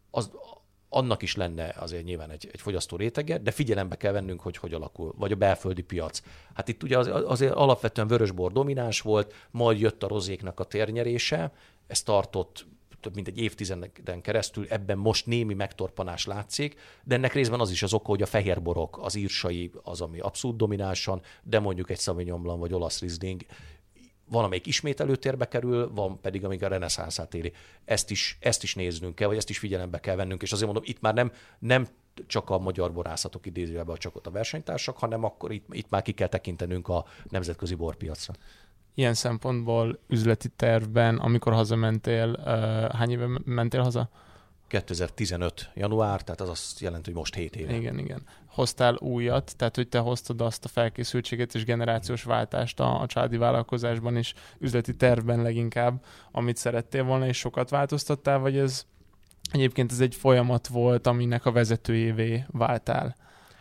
annak is lenne azért nyilván egy fogyasztó rétege, de figyelembe kell vennünk, hogy alakul, vagy a belföldi piac. Hát itt ugye azért alapvetően vörösbor domináns volt, majd jött a rozéknak a térnyerése, ez tartott több mint egy évtizeden keresztül, ebben most némi megtorpanás látszik, de ennek részben az is az oka, hogy a fehérborok, az írsai az, ami abszolút dominánsan, de mondjuk egy Sauvignon Blanc vagy olasz Riesling valamelyik ismét előtérbe kerül, van pedig, amíg a reneszánszát éli. Ezt is néznünk kell, vagy ezt is figyelembe kell vennünk, és azért mondom, itt már nem csak a magyar borászatok idézőjelben, csak ott a versenytársak, hanem akkor itt már ki kell tekintenünk a nemzetközi borpiacra. Ilyen szempontból üzleti tervben, amikor hazamentél, hány éve mentél haza? 2015 január, tehát az azt jelenti, hogy most 7 éve. Igen. Hoztál újat, tehát hogy te hoztad azt a felkészültséget és generációs váltást a családi vállalkozásban is, üzleti tervben leginkább, amit szerettél volna, és sokat változtattál, vagy ez egyébként ez egy folyamat volt, aminek a vezetőjévé váltál?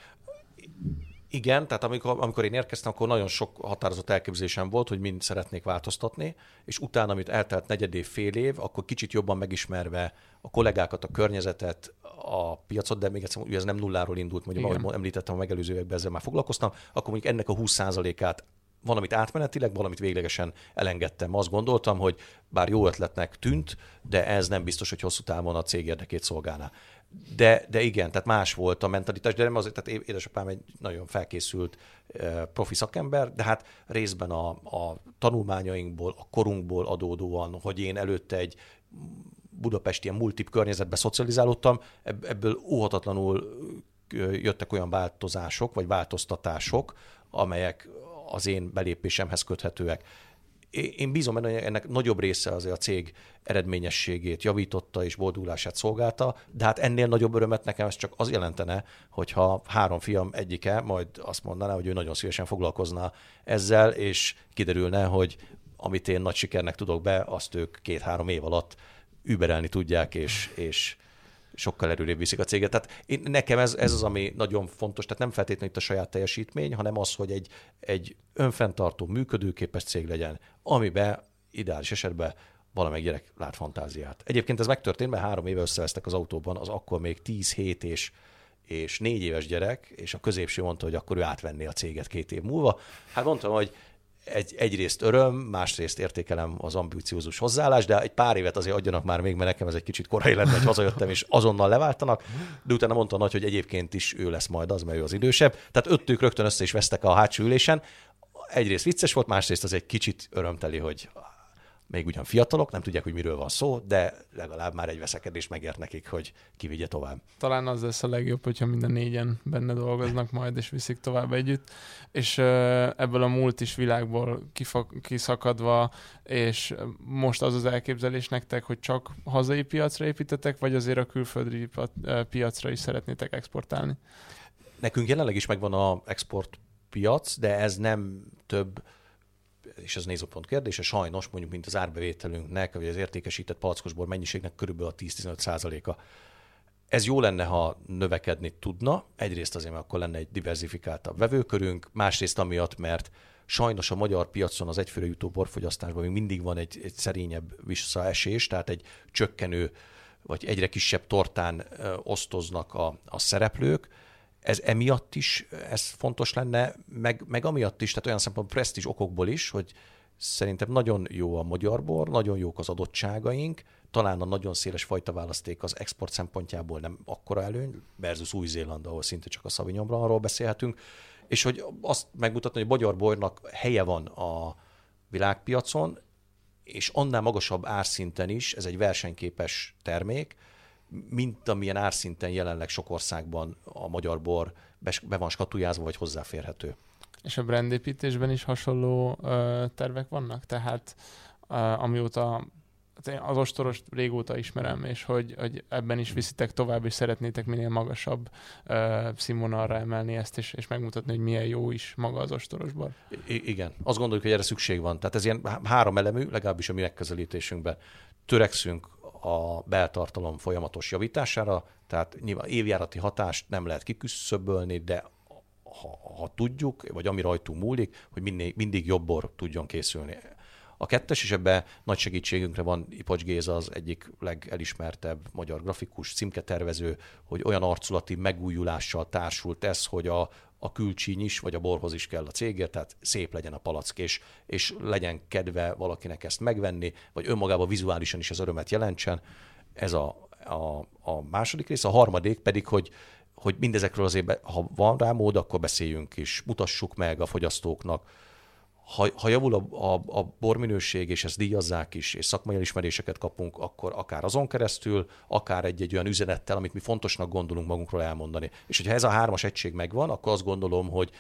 Igen, tehát amikor én érkeztem, akkor nagyon sok határozott elképzelésem volt, hogy mind szeretnék változtatni, és utána, amit eltelt negyed év, fél év, akkor kicsit jobban megismerve a kollégákat, a környezetet, a piacot, de még egyszer, ez nem nulláról indult, mondjuk, ahogy említettem, a megelőző években ezzel már foglalkoztam, akkor mondjuk ennek a 20%-át valamit átmenetileg, valamit véglegesen elengedtem. Azt gondoltam, hogy bár jó ötletnek tűnt, de ez nem biztos, hogy hosszú távon a cég érdekét szolgálná. De igen, tehát más volt a mentalitás, de nem azért, tehát édesapám egy nagyon felkészült profi szakember, de hát részben a tanulmányainkból, a korunkból adódóan, hogy én előtte egy budapesti ilyen multip környezetben szocializálódtam, ebből óhatatlanul jöttek olyan változások, vagy változtatások, amelyek az én belépésemhez köthetőek. Én bízom benne, hogy ennek nagyobb része azért a cég eredményességét javította és boldogulását szolgálta, de hát ennél nagyobb örömet nekem ez csak az jelentene, hogyha 3 fiam egyike majd azt mondaná, hogy ő nagyon szívesen foglalkozna ezzel, és kiderülne, hogy amit én nagy sikernek tudok be, azt ők 2-3 év alatt überelni tudják, és sokkal erőrébb viszik a céget. Tehát nekem ez az, ami nagyon fontos, tehát nem feltétlenül itt a saját teljesítmény, hanem az, hogy egy önfenntartó, működőképes cég legyen, amiben ideális esetben valamelyik gyerek lát fantáziát. Egyébként ez megtörtént, mert 3 éve összevesztek az autóban, az akkor még 10-7 és 4 éves gyerek, és a középső mondta, hogy akkor ő átvenné a céget 2 év múlva. Hát mondtam, hogy egyrészt öröm, másrészt értékelem az ambiciózus hozzáállást, de egy pár évet azért adjanak már még, mert nekem ez egy kicsit korai lenne, hogy hazajöttem, és azonnal leváltanak, de utána mondta a nagy, hogy egyébként is ő lesz majd az, mert ő az idősebb. Tehát ők rögtön össze is vesztek a hátsó ülésen. Egyrészt vicces volt, másrészt az egy kicsit örömteli, hogy még ugyan fiatalok, nem tudják, hogy miről van szó, de legalább már egy veszekedés megért nekik, hogy kivigye tovább. Talán az lesz a legjobb, hogyha minden 4-en benne dolgoznak majd, és viszik tovább együtt. És ebből a multis világból kiszakadva, és most az elképzelés nektek, hogy csak hazai piacra építetek, vagy azért a külföldi piacra is szeretnétek exportálni? Nekünk jelenleg is megvan az exportpiac, de ez nem több, és ez nézőpont kérdése, sajnos mondjuk, mint az árbevételünknek, vagy az értékesített palackosbor mennyiségnek körülbelül a 10-15%. Ez jó lenne, ha növekedni tudna. Egyrészt azért, mert akkor lenne egy diverzifikáltabb vevőkörünk, másrészt amiatt, mert sajnos a magyar piacon az egyfőre jutó borfogyasztásban még mindig van egy szerényebb visszaesés, tehát egy csökkenő vagy egyre kisebb tortán osztoznak a szereplők. Ez emiatt is ez fontos lenne, meg amiatt is, tehát olyan szempontból presztízs okokból is, hogy szerintem nagyon jó a magyar bor, nagyon jók az adottságaink, talán a nagyon széles fajtaválaszték az export szempontjából nem akkora előny, versus Új-Zéland, ahol szinte csak a Sauvignon Blancról beszélhetünk, és hogy azt megmutatni, hogy a magyar bornak helye van a világpiacon, és annál magasabb árszinten is, ez egy versenyképes termék, mint amilyen árszinten jelenleg sok országban a magyar bor be van skatujázva, vagy hozzáférhető. És a brandépítésben is hasonló tervek vannak? Tehát amióta az ostorost régóta ismerem, és hogy ebben is viszitek tovább, és szeretnétek minél magasabb színvonalra emelni ezt, és megmutatni, hogy milyen jó is maga az ostorosbor. Igen, azt gondoljuk, hogy erre szükség van. Tehát ez ilyen 3 elemű, legalábbis a mi megközelítésünkben. Törekszünk a beltartalom folyamatos javítására, tehát nyilván évjárati hatást nem lehet kiküszöbölni, de ha tudjuk, vagy ami rajtunk múlik, hogy mindig jobb bor tudjon készülni. A 2. és ebben nagy segítségünkre van Ipocs Géza, az egyik legelismertebb magyar grafikus, címketervező, hogy olyan arculati megújulással társult ez, hogy a külcsíny is, vagy a borhoz is kell a cégért, tehát szép legyen a palack, és legyen kedve valakinek ezt megvenni, vagy önmagában vizuálisan is az örömet jelentsen. Ez a második rész. A harmadik pedig, hogy mindezekről azért, ha van rá mód, akkor beszéljünk is, mutassuk meg a fogyasztóknak. Ha javul a borminőség, és ezt díjazzák is, és szakmai elismeréseket kapunk, akkor akár azon keresztül, akár egy olyan üzenettel, amit mi fontosnak gondolunk magunkról elmondani. És hogyha ez a 3 egység megvan, akkor azt gondolom, hogy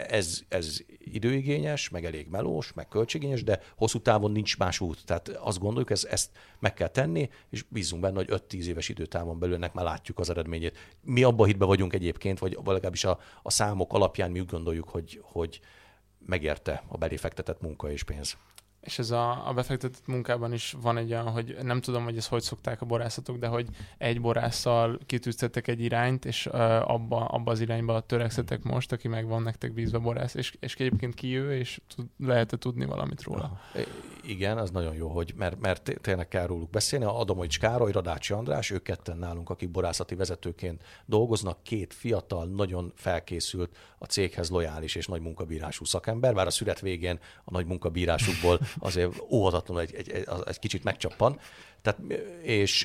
ez időigényes, meg elég melós, meg költségényes, de hosszú távon nincs más út. Tehát azt gondoljuk, ezt meg kell tenni, és bízunk benne, hogy 5-10 éves időtávon belül ennek már látjuk az eredményét. Mi abban hitben vagyunk egyébként, vagy legalábbis a számok alapján mi úgy gondoljuk, hogy megérte a belé fektetett munka és pénz. És ez a befektetett munkában is van egy olyan, hogy nem tudom, hogy ezt hogy szokták a borászatok, de hogy egy borásszal kitűztetek egy irányt, és abba az irányba törekszetek most, aki meg van nektek bízva borász, és egyébként ki ő, és lehet-e tudni valamit róla? Igen, az nagyon jó, hogy mert tényleg kell róluk beszélni. Adomaics Károly, Radácsi András, ők ketten nálunk, akik borászati vezetőként dolgoznak, 2 fiatal, nagyon felkészült, a céghez lojális és nagy munkabírású szakember, bár a szület végén a nagy munkabírásukból azért óhatatlanul egy kicsit megcsappan. Tehát, és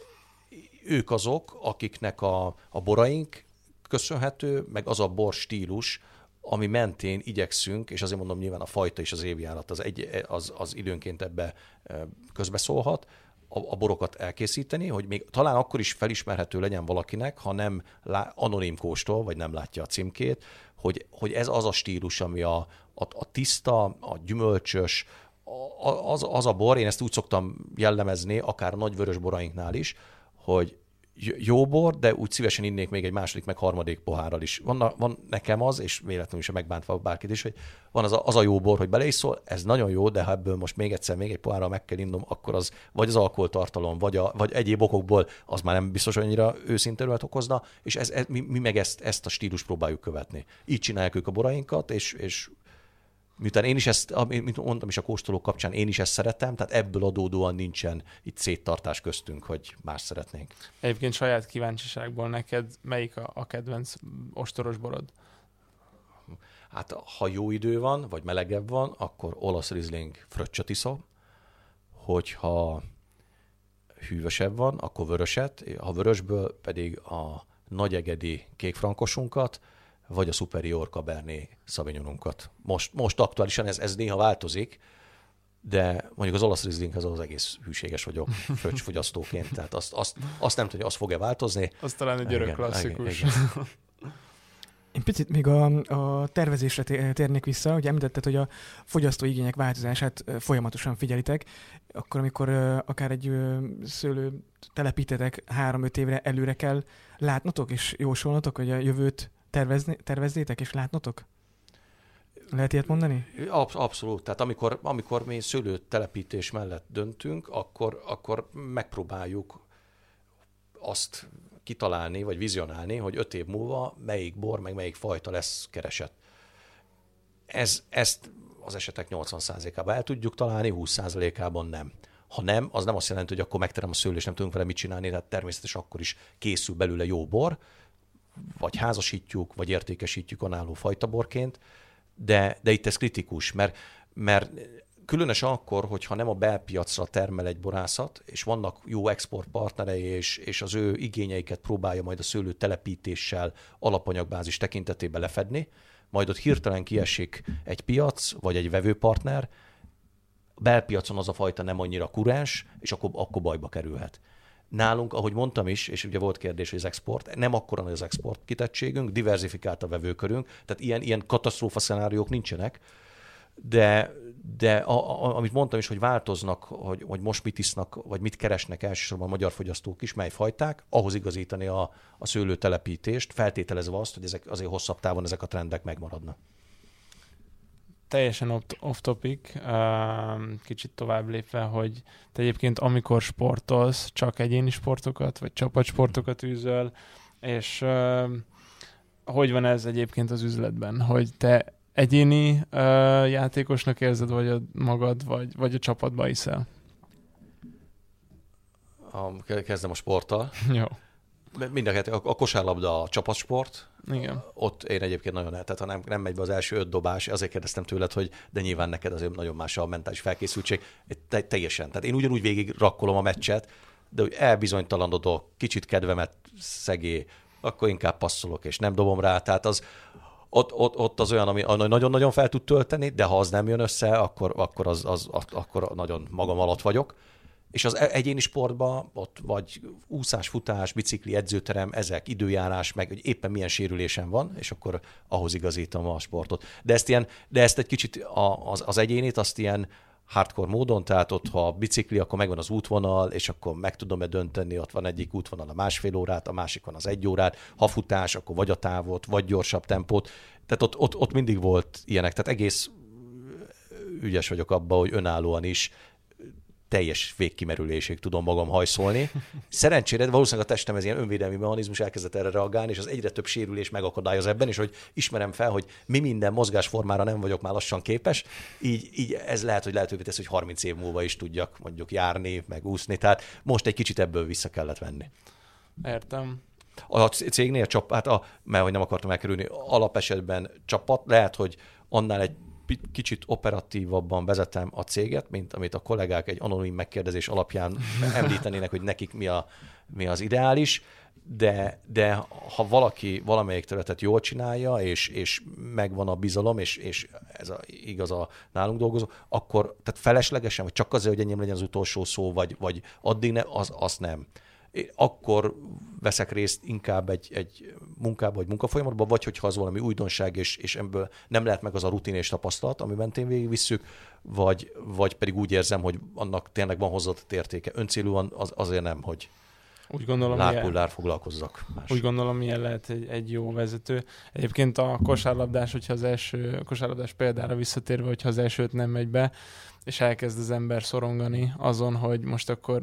ők azok, akiknek a boraink köszönhető, meg az a bor stílus, ami mentén igyekszünk, és azért mondom nyilván a fajta és az évjárat az időnként ebbe közbeszólhat, a borokat elkészíteni, hogy még talán akkor is felismerhető legyen valakinek, ha nem anonim kóstol, vagy nem látja a címkét, hogy ez az a stílus, ami a tiszta, a gyümölcsös, az a bor, én ezt úgy szoktam jellemezni, akár a nagy vörös borainknál is, hogy jó bor, de úgy szívesen innék még egy második, meg harmadik pohárral is. Van nekem az, és véletlenül sem megbántva bárkit is, hogy van az a jó bor, hogy beleiszol, ez nagyon jó, de ha ebből most még egy pohárral meg kell innom, akkor az vagy az alkoholtartalom, vagy egyéb okokból az már nem biztos annyira őszinte örömet okozna, és mi meg ezt a stílust próbáljuk követni. Így csinálják ők a borainkat, és miután én is ezt, mint mondtam is a kóstolók kapcsán, én is ezt szeretem, tehát ebből adódóan nincsen itt széttartás köztünk, hogy más szeretnénk. Egyébként saját kíváncsiságból neked melyik a kedvenc ostoros borod? Hát ha jó idő van, vagy melegebb van, akkor olasz Riesling fröccsöt iszom, hogyha hűvösebb van, akkor vöröset, ha vörösből pedig a nagyegedi kékfrankosunkat, vagy a Superior Cabernet Sauvignonunkat. Most aktuálisan ez néha változik, de mondjuk az olasz Rieslinghez az egész hűséges vagyok fröccsfogyasztóként, tehát azt nem tudom, hogy az fog-e változni. Az talán egy örök klasszikus. Én picit még a tervezésre térnék vissza, hogy említetted, hogy a fogyasztói igények változását folyamatosan figyelitek, akkor amikor akár egy szőlő telepítetek 3-5 évre előre kell látnotok és jósolnotok, hogy a jövőt tervezzétek és látnotok? Lehet ilyet mondani? Abszolút. Tehát amikor mi szőlőtelepítés mellett döntünk, akkor megpróbáljuk azt kitalálni, vagy vizionálni, hogy 5 év múlva melyik bor, meg melyik fajta lesz keresett. Ezt az esetek 80%-ában el tudjuk találni, 20%-ában nem. Ha nem, az nem azt jelenti, hogy akkor megterem a szőlő, és nem tudunk vele mit csinálni, tehát természetesen akkor is készül belőle jó bor, vagy házasítjuk, vagy értékesítjük önálló fajtaborként, de itt ez kritikus, mert különösen akkor, hogyha nem a belpiacra termel egy borászat, és vannak jó exportpartnerei, és az ő igényeiket próbálja majd a szőlő telepítéssel alapanyagbázis tekintetében lefedni, majd ott hirtelen kiesik egy piac, vagy egy vevőpartner, a belpiacon az a fajta nem annyira kurens, és akkor bajba kerülhet. Nálunk, ahogy mondtam is, és ugye volt kérdés, hogy az export, nem akkora nagy az export kitettségünk, diversifikált a vevőkörünk, tehát ilyen katasztrófa szenáriók nincsenek, de amit mondtam is, hogy változnak, hogy most mit isznak, vagy mit keresnek elsősorban a magyar fogyasztók is, mely fajták, ahhoz igazítani a szőlőtelepítést, feltételezve azt, hogy ezek azért hosszabb távon ezek a trendek megmaradnak. Teljesen off-topic, kicsit tovább lépve, hogy te egyébként amikor sportolsz, csak egyéni sportokat, vagy csapatsportokat űzöl, és hogy van ez egyébként az üzletben, hogy te egyéni játékosnak érzed, vagy magad, vagy a csapatba hiszel? Kezdem a sporttal. Jó. A kosárlabda a csapatsport. Igen. Ott én egyébként nagyon tehát ha nem megy be az első 5 dobás, azért kérdeztem tőled, hogy de nyilván neked azért nagyon más a mentális felkészültség. Teljesen. Tehát én ugyanúgy végig rakkolom a meccset, de hogy elbizonytalanodok, kicsit kedvemet szegé, akkor inkább passzolok, és nem dobom rá. Tehát ott az olyan, ami nagyon-nagyon fel tud tölteni, de ha az nem jön össze, akkor nagyon magam alatt vagyok. És az egyéni sportban ott vagy úszás, futás, bicikli, edzőterem, ezek, időjárás, meg hogy éppen milyen sérülésem van, és akkor ahhoz igazítom a sportot. De ezt egy kicsit az egyénit, azt ilyen hardcore módon, tehát ott, ha bicikli, akkor megvan az útvonal, és akkor meg tudom-e dönteni, ott van egyik útvonal a 1,5 órát, a másikon az 1 órát, ha futás, akkor vagy a távot, vagy gyorsabb tempót. Tehát ott mindig volt ilyenek, tehát egész ügyes vagyok abban, hogy önállóan is teljes végkimerülésig tudom magam hajszolni. Szerencsére valószínűleg a testem ez ilyen önvédelmi mechanizmus elkezdett erre reagálni, és az egyre több sérülés megakadályoz ebben, és hogy ismerem fel, hogy mi minden mozgásformára nem vagyok már lassan képes, így ez lehet, hogy lehetővé tesz, hogy 30 év múlva is tudjak mondjuk járni, meg úszni, tehát most egy kicsit ebből vissza kellett venni. Értem. A cégnél mert hogy nem akartam elkerülni, alapesetben csapat, lehet, hogy annál egy kicsit operatívabban vezetem a céget, mint amit a kollégák egy anonim megkérdezés alapján említenének, hogy nekik mi az ideális, de ha valaki valamelyik területet jól csinálja, és megvan a bizalom, és ez igaz a nálunk dolgozó, akkor tehát feleslegesen, vagy csak azért, hogy enyém legyen az utolsó szó, vagy addig ne, azt nem. Akkor veszek részt inkább egy munkába, vagy munkafolyamatban, vagy hogyha az valami újdonság, és ebből nem lehet meg az a rutin és tapasztalat, ami mentén végigvisszük, vagy pedig úgy érzem, hogy annak tényleg van hozzáadott értéke. Öncélúan azért nem, hogy úgy gondolom, lárpullár foglalkozzak. Úgy gondolom, milyen lehet egy jó vezető. Egyébként a kosárlabdás, hogyha az első kosárlabdás példára visszatérve, hogyha az elsőt nem megy be, és elkezd az ember szorongani azon, hogy most akkor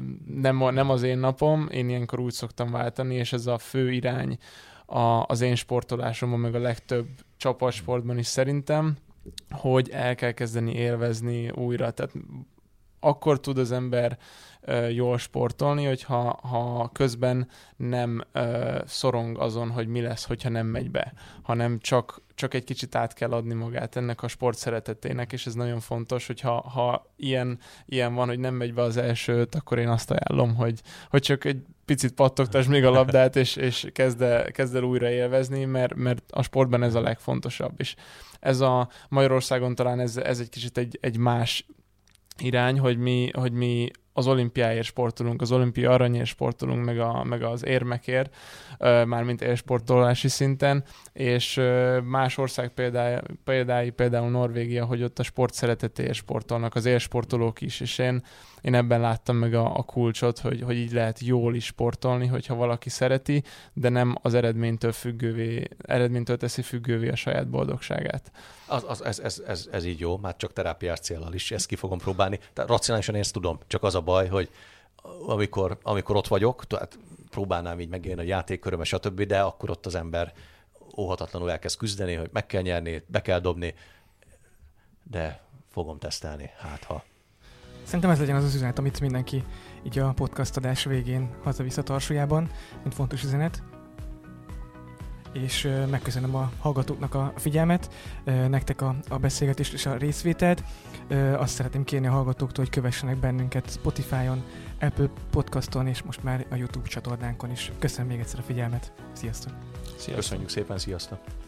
nem az én napom, én ilyenkor úgy szoktam váltani, és ez a fő irány az én sportolásomban, meg a legtöbb csapatsportban is szerintem, hogy el kell kezdeni élvezni újra. Tehát akkor tud az ember jól sportolni, hogyha közben nem szorong azon, hogy mi lesz, hogyha nem megy be, hanem csak egy kicsit át kell adni magát ennek a sport szeretetének, és ez nagyon fontos, hogy ha ilyen van, hogy nem megy be az elsőt, akkor én azt ajánlom, hogy csak egy picit pattogtass még a labdát, és kezd el újra élvezni, mert a sportban ez a legfontosabb. És ez a Magyarországon talán ez egy kicsit egy más irány, hogy mi az olimpiáért sportolunk, az olimpia aranyért sportolunk, meg az érmekért, mármint élsportolási szinten, és más ország példái, például Norvégia, hogy ott a sport szeretetéért sportolnak, az élsportolók is, és én ebben láttam meg a kulcsot, hogy így lehet jól is sportolni, hogyha valaki szereti, de nem az eredménytől teszi függővé a saját boldogságát. Ez így jó, már csak terápiás céllal is, ezt ki fogom próbálni. Tehát racionálisan én ezt tudom, csak az a baj, hogy amikor ott vagyok, tehát próbálnám így megélni a játékköröm, stb., de akkor ott az ember óhatatlanul elkezd küzdeni, hogy meg kell nyerni, be kell dobni. de fogom tesztelni, hát ha. Szerintem ez legyen az üzenet, amit mindenki így a podcast adás végén hazavisz a tarsójában, mint fontos üzenet. És megköszönöm a hallgatóknak a figyelmet, nektek a beszélgetést és a részvételt. Azt szeretném kérni a hallgatóktól, hogy kövessenek bennünket Spotify-on, Apple Podcaston és most már a YouTube csatornánkon is. Köszönöm még egyszer a figyelmet. Sziasztok! Köszönjük szépen, sziasztok!